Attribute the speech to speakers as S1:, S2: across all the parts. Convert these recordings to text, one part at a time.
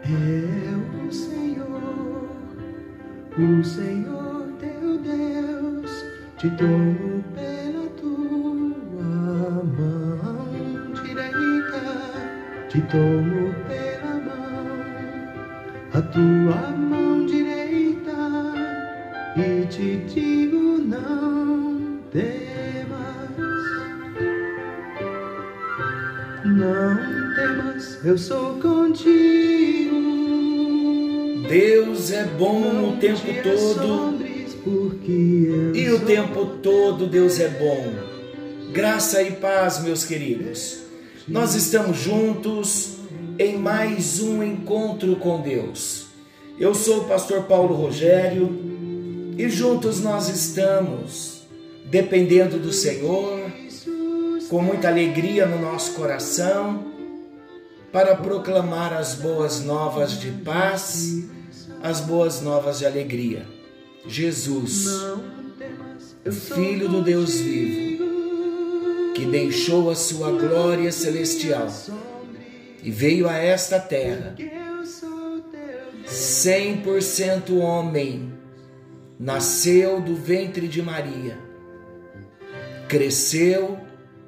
S1: É o Senhor teu Deus, te tomo pela tua mão direita, te tomo pela mão, a tua mão direita, e te digo não temas, não temas, eu sou contigo.
S2: Deus é bom o tempo todo, e o tempo todo Deus é bom. Graça e paz, meus queridos. Nós estamos juntos em mais um encontro com Deus. Eu sou o pastor Paulo Rogério e juntos nós estamos dependendo do Senhor, com muita alegria no nosso coração, para proclamar as boas novas de paz, as boas novas de alegria. Jesus, Filho do Deus vivo, que deixou a sua glória celestial e veio a esta terra, 100% homem, nasceu do ventre de Maria, cresceu,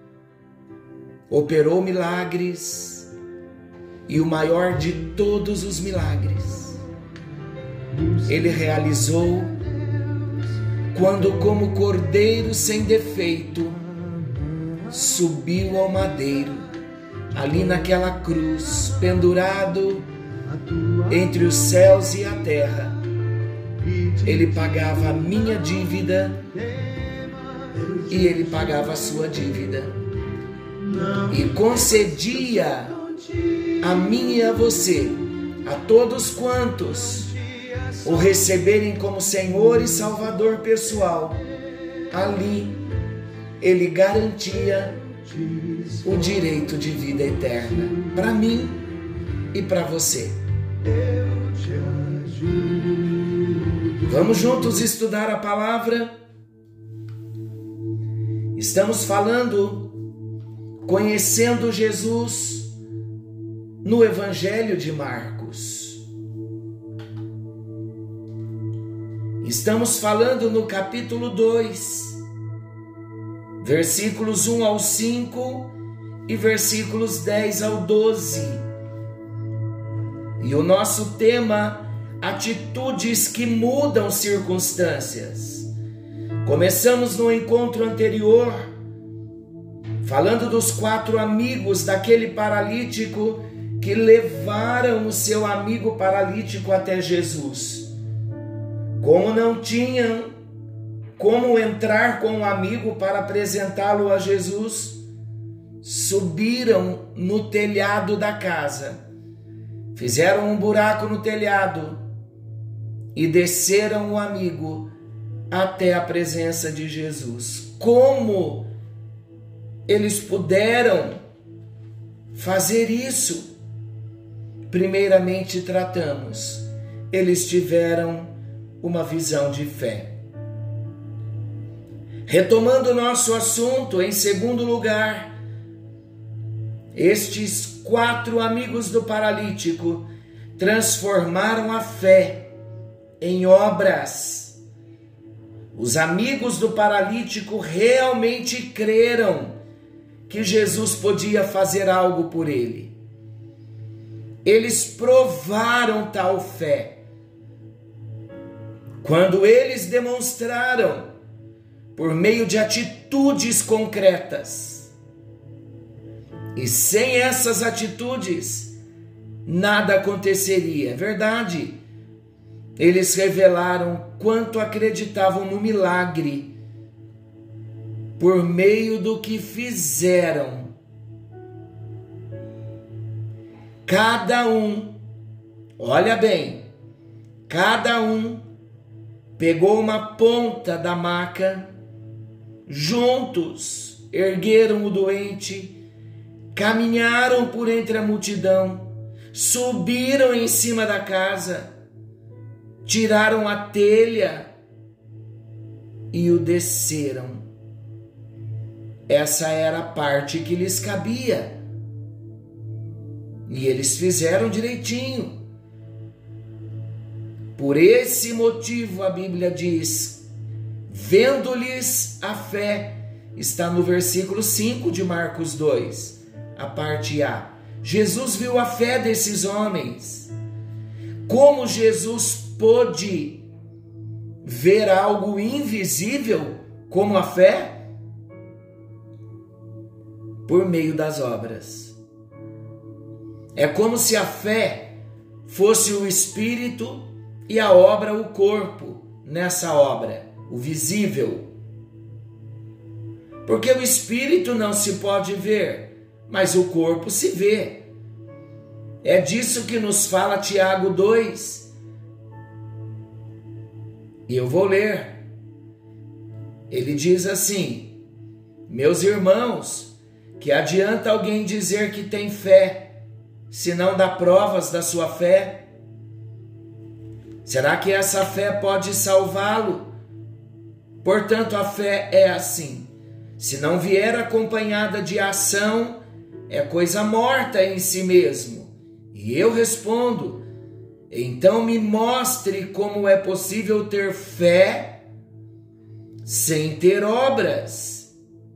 S2: operou milagres, e o maior de todos os milagres Ele realizou quando, como cordeiro sem defeito, subiu ao madeiro, ali naquela cruz, pendurado entre os céus e a terra. Ele pagava a minha dívida e Ele pagava a sua dívida, e concedia a mim e a você, a todos quantos o receberem como Senhor e Salvador pessoal. Ali Ele garantia o direito de vida eterna para mim e para você. Vamos juntos estudar a palavra. Estamos falando, conhecendo Jesus no Evangelho de Marcos. Estamos falando no capítulo 2, versículos 1 ao 5 e versículos 10 ao 12. E o nosso tema, atitudes que mudam circunstâncias. Começamos no encontro anterior, falando dos 4 amigos daquele paralítico que levaram o seu amigo paralítico até Jesus. Como não tinham como entrar com o amigo para apresentá-lo a Jesus, subiram no telhado da casa, fizeram um buraco no telhado e desceram o amigo até a presença de Jesus. Como eles puderam fazer isso? Primeiramente tratamos, eles tiveram uma visão de fé. Retomando o nosso assunto, em segundo lugar, estes 4 amigos do paralítico transformaram a fé em obras. Os amigos do paralítico realmente creram que Jesus podia fazer algo por ele. Eles provaram tal fé quando eles demonstraram, por meio de atitudes concretas. E sem essas atitudes, nada aconteceria. É verdade. Eles revelaram quanto acreditavam no milagre por meio do que fizeram. Cada um, olha bem, cada um pegou uma ponta da maca, juntos ergueram o doente, caminharam por entre a multidão, subiram em cima da casa, tiraram a telha e o desceram. Essa era a parte que lhes cabia. E eles fizeram direitinho. Por esse motivo, a Bíblia diz, vendo-lhes a fé, está no versículo 5 de Marcos 2, a parte A. Jesus viu a fé desses homens. Como Jesus pôde ver algo invisível como a fé? Por meio das obras. É como se a fé fosse o espírito e a obra o corpo nessa obra, o visível. Porque o espírito não se pode ver, mas o corpo se vê. É disso que nos fala Tiago 2. E eu vou ler. Ele diz assim: meus irmãos, que adianta alguém dizer que tem fé, se não dá provas da sua fé? Será que essa fé pode salvá-lo? Portanto, a fé é assim: se não vier acompanhada de ação, é coisa morta em si mesmo. E eu respondo: então me mostre como é possível ter fé sem ter obras.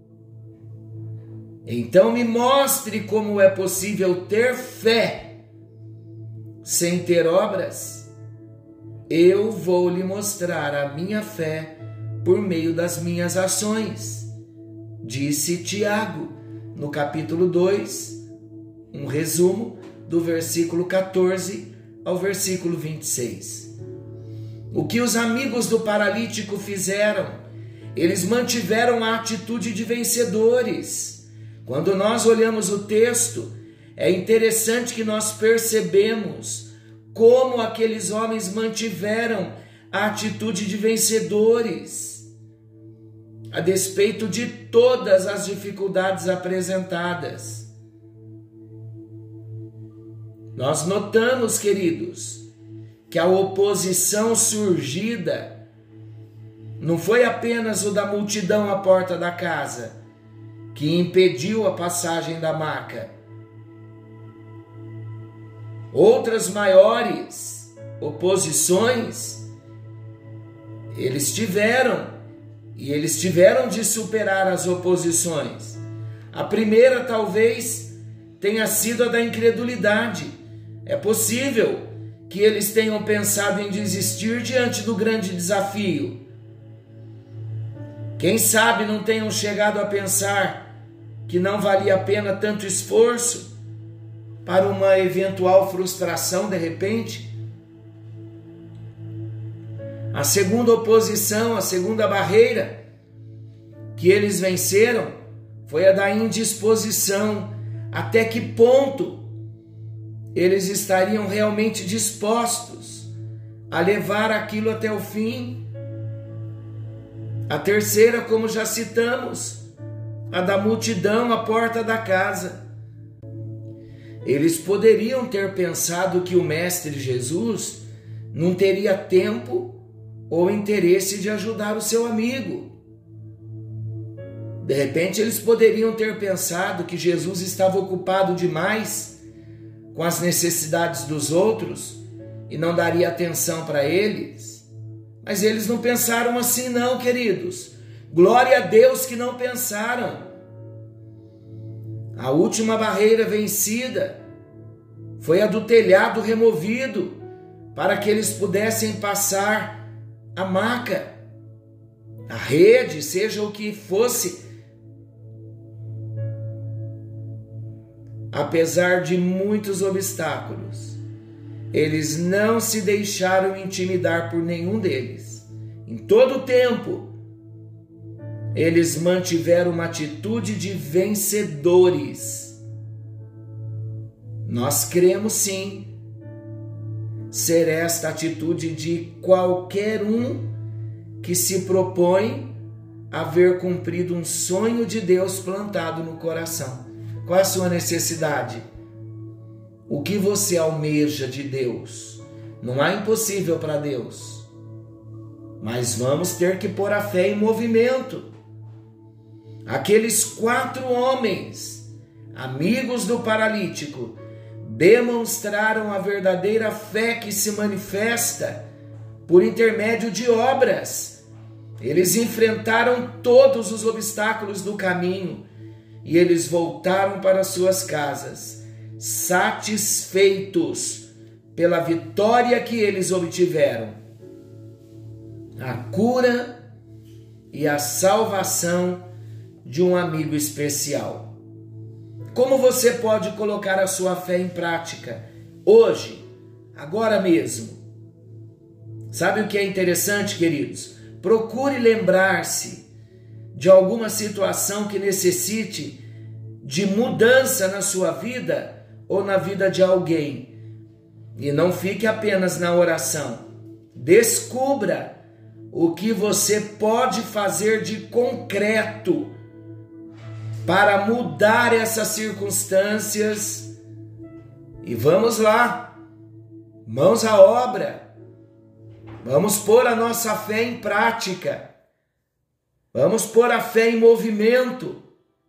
S2: Então me mostre como é possível ter fé sem ter obras. Eu vou lhe mostrar a minha fé por meio das minhas ações, disse Tiago, no capítulo 2, um resumo do versículo 14 ao versículo 26. O que os amigos do paralítico fizeram? Eles mantiveram a atitude de vencedores. Quando nós olhamos o texto, é interessante que nós percebemos como aqueles homens mantiveram a atitude de vencedores, a despeito de todas as dificuldades apresentadas. Nós notamos, queridos, que a oposição surgida não foi apenas o da multidão à porta da casa, que impediu a passagem da maca. Outras maiores oposições eles tiveram, e eles tiveram de superar as oposições. A primeira talvez tenha sido a da incredulidade. É possível que eles tenham pensado em desistir diante do grande desafio. Quem sabe não tenham chegado a pensar que não valia a pena tanto esforço para uma eventual frustração de repente. A segunda oposição, a segunda barreira que eles venceram foi a da indisposição. Até que ponto eles estariam realmente dispostos a levar aquilo até o fim? A terceira, como já citamos, a da multidão à porta da casa. Eles poderiam ter pensado que o Mestre Jesus não teria tempo ou interesse de ajudar o seu amigo. De repente, eles poderiam ter pensado que Jesus estava ocupado demais com as necessidades dos outros e não daria atenção para eles. Mas eles não pensaram assim não, queridos. Glória a Deus que não pensaram. A última barreira vencida foi a do telhado removido para que eles pudessem passar a maca, a rede, seja o que fosse. Apesar de muitos obstáculos, eles não se deixaram intimidar por nenhum deles. Em todo o tempo, eles mantiveram uma atitude de vencedores. Nós cremos sim ser esta atitude de qualquer um que se propõe a ver cumprido um sonho de Deus plantado no coração. Qual é a sua necessidade? O que você almeja de Deus? Não há impossível para Deus. Mas vamos ter que pôr a fé em movimento. Aqueles 4 homens, amigos do paralítico, demonstraram a verdadeira fé que se manifesta por intermédio de obras. Eles enfrentaram todos os obstáculos do caminho e eles voltaram para suas casas, satisfeitos pela vitória que eles obtiveram. A cura e a salvação de um amigo especial. Como você pode colocar a sua fé em prática hoje, agora mesmo? Sabe o que é interessante, queridos? Procure lembrar-se de alguma situação que necessite de mudança na sua vida ou na vida de alguém. E não fique apenas na oração. Descubra o que você pode fazer de concreto para mudar essas circunstâncias. E vamos lá, mãos à obra. Vamos pôr a nossa fé em prática. Vamos pôr a fé em movimento,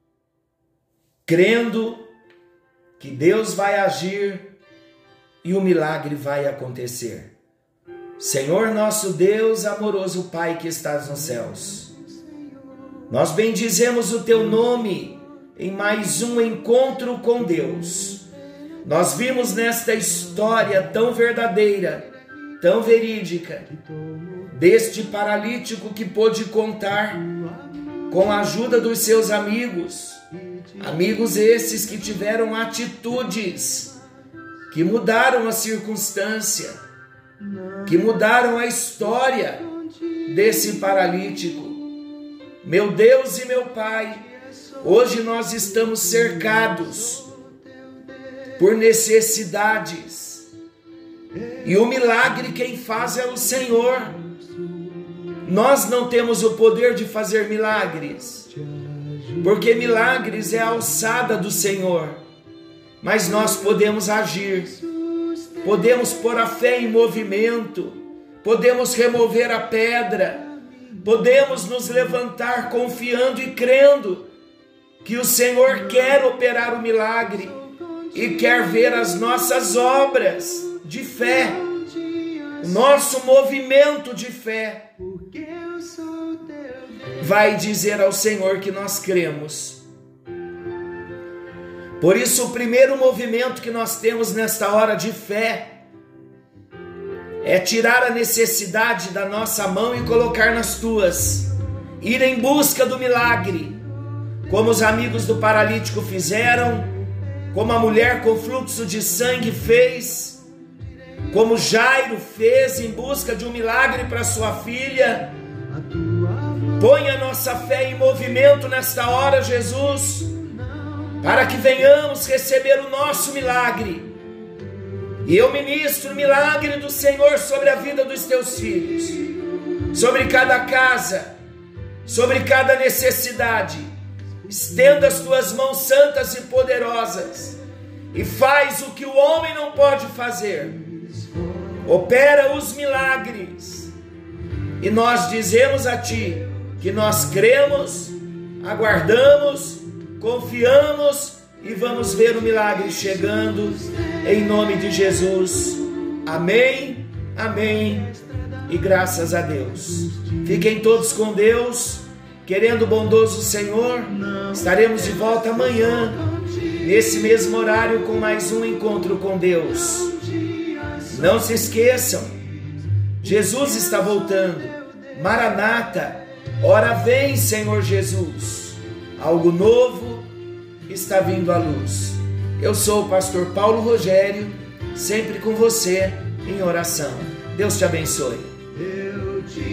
S2: crendo que Deus vai agir e o milagre vai acontecer. Senhor nosso Deus, amoroso Pai que estás nos céus, nós bendizemos o teu nome em mais um encontro com Deus. Nós vimos nesta história tão verdadeira, tão verídica, deste paralítico que pôde contar com a ajuda dos seus amigos, amigos esses que tiveram atitudes que mudaram a circunstância, que mudaram a história desse paralítico. Meu Deus e meu Pai, hoje nós estamos cercados por necessidades, e o milagre quem faz é o Senhor. Nós não temos o poder de fazer milagres, porque milagres é a alçada do Senhor, mas nós podemos agir, podemos pôr a fé em movimento, podemos remover a pedra, podemos nos levantar confiando e crendo que o Senhor quer operar o milagre e quer ver as nossas obras de fé, o nosso movimento de fé vai dizer ao Senhor que nós cremos. Por isso, o primeiro movimento que nós temos nesta hora de fé é tirar a necessidade da nossa mão e colocar nas tuas, ir em busca do milagre, como os amigos do paralítico fizeram, como a mulher com fluxo de sangue fez, como Jairo fez em busca de um milagre para sua filha. Põe a nossa fé em movimento nesta hora, Jesus, para que venhamos receber o nosso milagre. E eu ministro o milagre do Senhor sobre a vida dos teus filhos, sobre cada casa, sobre cada necessidade. Estenda as tuas mãos santas e poderosas e faz o que o homem não pode fazer. Opera os milagres. E nós dizemos a Ti que nós cremos, aguardamos, confiamos e vamos ver o milagre chegando em nome de Jesus. Amém, amém e graças a Deus. Fiquem todos com Deus, querendo o bondoso Senhor. Estaremos de volta amanhã, nesse mesmo horário, com mais um encontro com Deus. Não se esqueçam, Jesus está voltando. Maranata, ora vem, Senhor Jesus. Algo novo está vindo à luz. Eu sou o pastor Paulo Rogério, sempre com você em oração. Deus te abençoe.